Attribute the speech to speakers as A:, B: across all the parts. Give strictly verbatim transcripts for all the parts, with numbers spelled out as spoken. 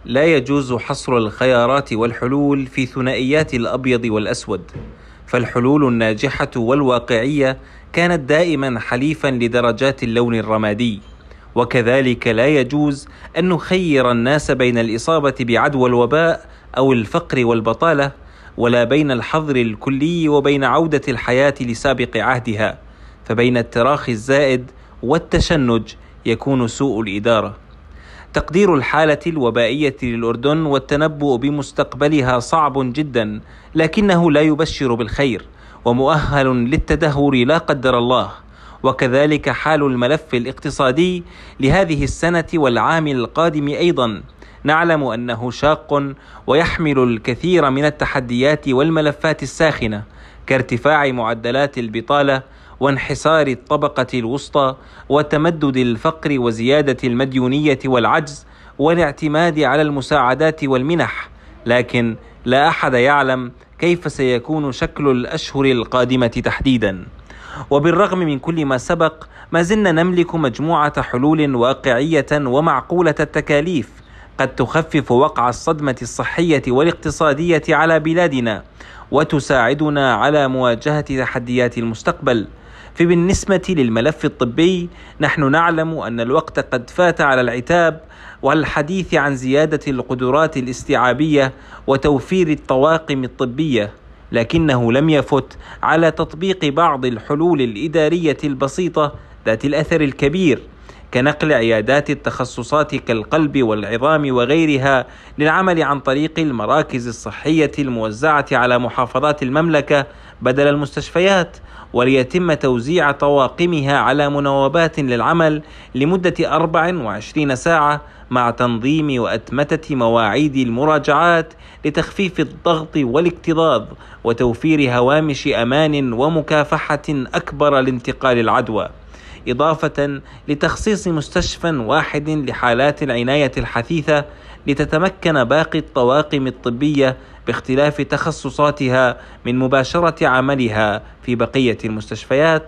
A: لا يجوز حصر الخيارات والحلول في ثنائيات الأبيض والأسود، فالحلول الناجحة والواقعية كانت دائما حليفا لدرجات اللون الرمادي. وكذلك لا يجوز أن نخير الناس بين الإصابة بعدوى الوباء أو الفقر والبطالة، ولا بين الحظر الكلي وبين عودة الحياة لسابق عهدها، فبين التراخي الزائد والتشنج يكون سوء الإدارة. تقدير الحالة الوبائية للأردن والتنبؤ بمستقبلها صعب جدا، لكنه لا يبشر بالخير ومؤهل للتدهور لا قدر الله. وكذلك حال الملف الاقتصادي لهذه السنة والعام القادم أيضا، نعلم أنه شاق ويحمل الكثير من التحديات والملفات الساخنة، كارتفاع معدلات البطالة وانحسار الطبقة الوسطى وتمدد الفقر وزيادة المديونية والعجز والاعتماد على المساعدات والمنح. لكن لا أحد يعلم كيف سيكون شكل الأشهر القادمة تحديدا. وبالرغم من كل ما سبق، ما زلنا نملك مجموعة حلول واقعية ومعقولة التكاليف قد تخفف وقع الصدمة الصحية والاقتصادية على بلادنا وتساعدنا على مواجهة تحديات المستقبل. فبالنسبة للملف الطبي، نحن نعلم أن الوقت قد فات على العتاب والحديث عن زيادة القدرات الاستيعابية وتوفير الطواقم الطبية، لكنه لم يفت على تطبيق بعض الحلول الإدارية البسيطة ذات الأثر الكبير، كنقل عيادات التخصصات كالقلب والعظام وغيرها للعمل عن طريق المراكز الصحية الموزعة على محافظات المملكة بدل المستشفيات، وليتم توزيع طواقمها على مناوبات للعمل لمدة أربع وعشرين ساعة مع تنظيم وأتمتة مواعيد المراجعات لتخفيف الضغط والاكتظاظ وتوفير هوامش أمان ومكافحة أكبر لانتقال العدوى، إضافة لتخصيص مستشفى واحد لحالات العناية الحثيثة لتتمكن باقي الطواقم الطبية باختلاف تخصصاتها من مباشرة عملها في بقية المستشفيات،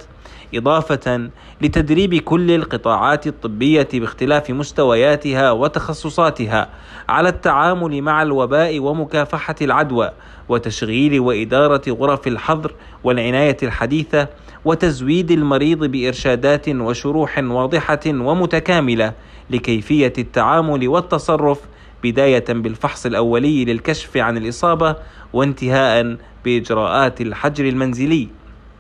A: إضافة لتدريب كل القطاعات الطبية باختلاف مستوياتها وتخصصاتها على التعامل مع الوباء ومكافحة العدوى، وتشغيل وإدارة غرف الحظر والعناية الحديثة، وتزويد المريض بإرشادات وشروح واضحة ومتكاملة لكيفية التعامل والتصرف، بداية بالفحص الأولي للكشف عن الإصابة وانتهاء بإجراءات الحجر المنزلي.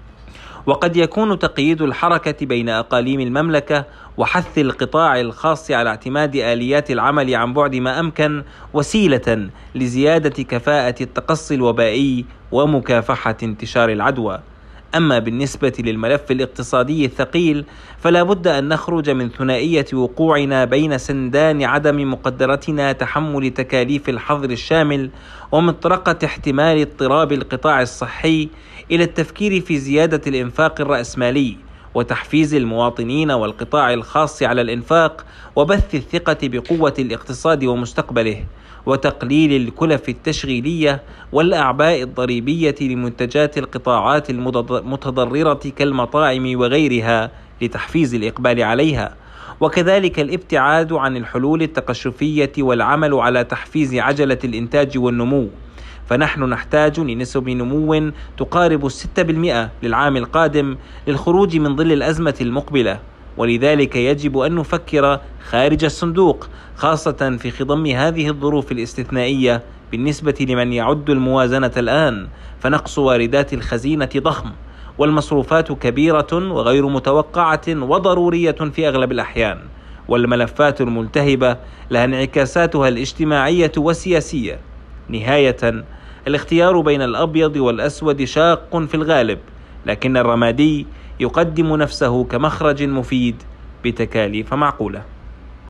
A: وقد يكون تقييد الحركة بين أقاليم المملكة وحث القطاع الخاص على اعتماد آليات العمل عن بعد ما أمكن وسيلة لزيادة كفاءة التقصي الوبائي ومكافحة انتشار العدوى. أما بالنسبة للملف الاقتصادي الثقيل، فلا بد أن نخرج من ثنائية وقوعنا بين سندان عدم مقدرتنا تحمل تكاليف الحظر الشامل ومطرقة احتمال اضطراب القطاع الصحي إلى التفكير في زيادة الإنفاق الرأسمالي وتحفيز المواطنين والقطاع الخاص على الإنفاق وبث الثقة بقوة الاقتصاد ومستقبله، وتقليل الكلف التشغيلية والأعباء الضريبية لمنتجات القطاعات المتضررة كالمطاعم وغيرها لتحفيز الإقبال عليها، وكذلك الابتعاد عن الحلول التقشفية والعمل على تحفيز عجلة الإنتاج والنمو. فنحن نحتاج لنسب نمو تقارب الستة بالمئة للعام القادم للخروج من ظل الأزمة المقبلة، ولذلك يجب أن نفكر خارج الصندوق، خاصة في خضم هذه الظروف الاستثنائية. بالنسبة لمن يعد الموازنة الآن، فنقص واردات الخزينة ضخم، والمصروفات كبيرة وغير متوقعة وضرورية في أغلب الأحيان، والملفات الملتهبة لها انعكاساتها الاجتماعية والسياسية. نهاية، الاختيار بين الأبيض والأسود شاق في الغالب، لكن الرمادي يقدم نفسه كمخرج مفيد بتكاليف معقولة.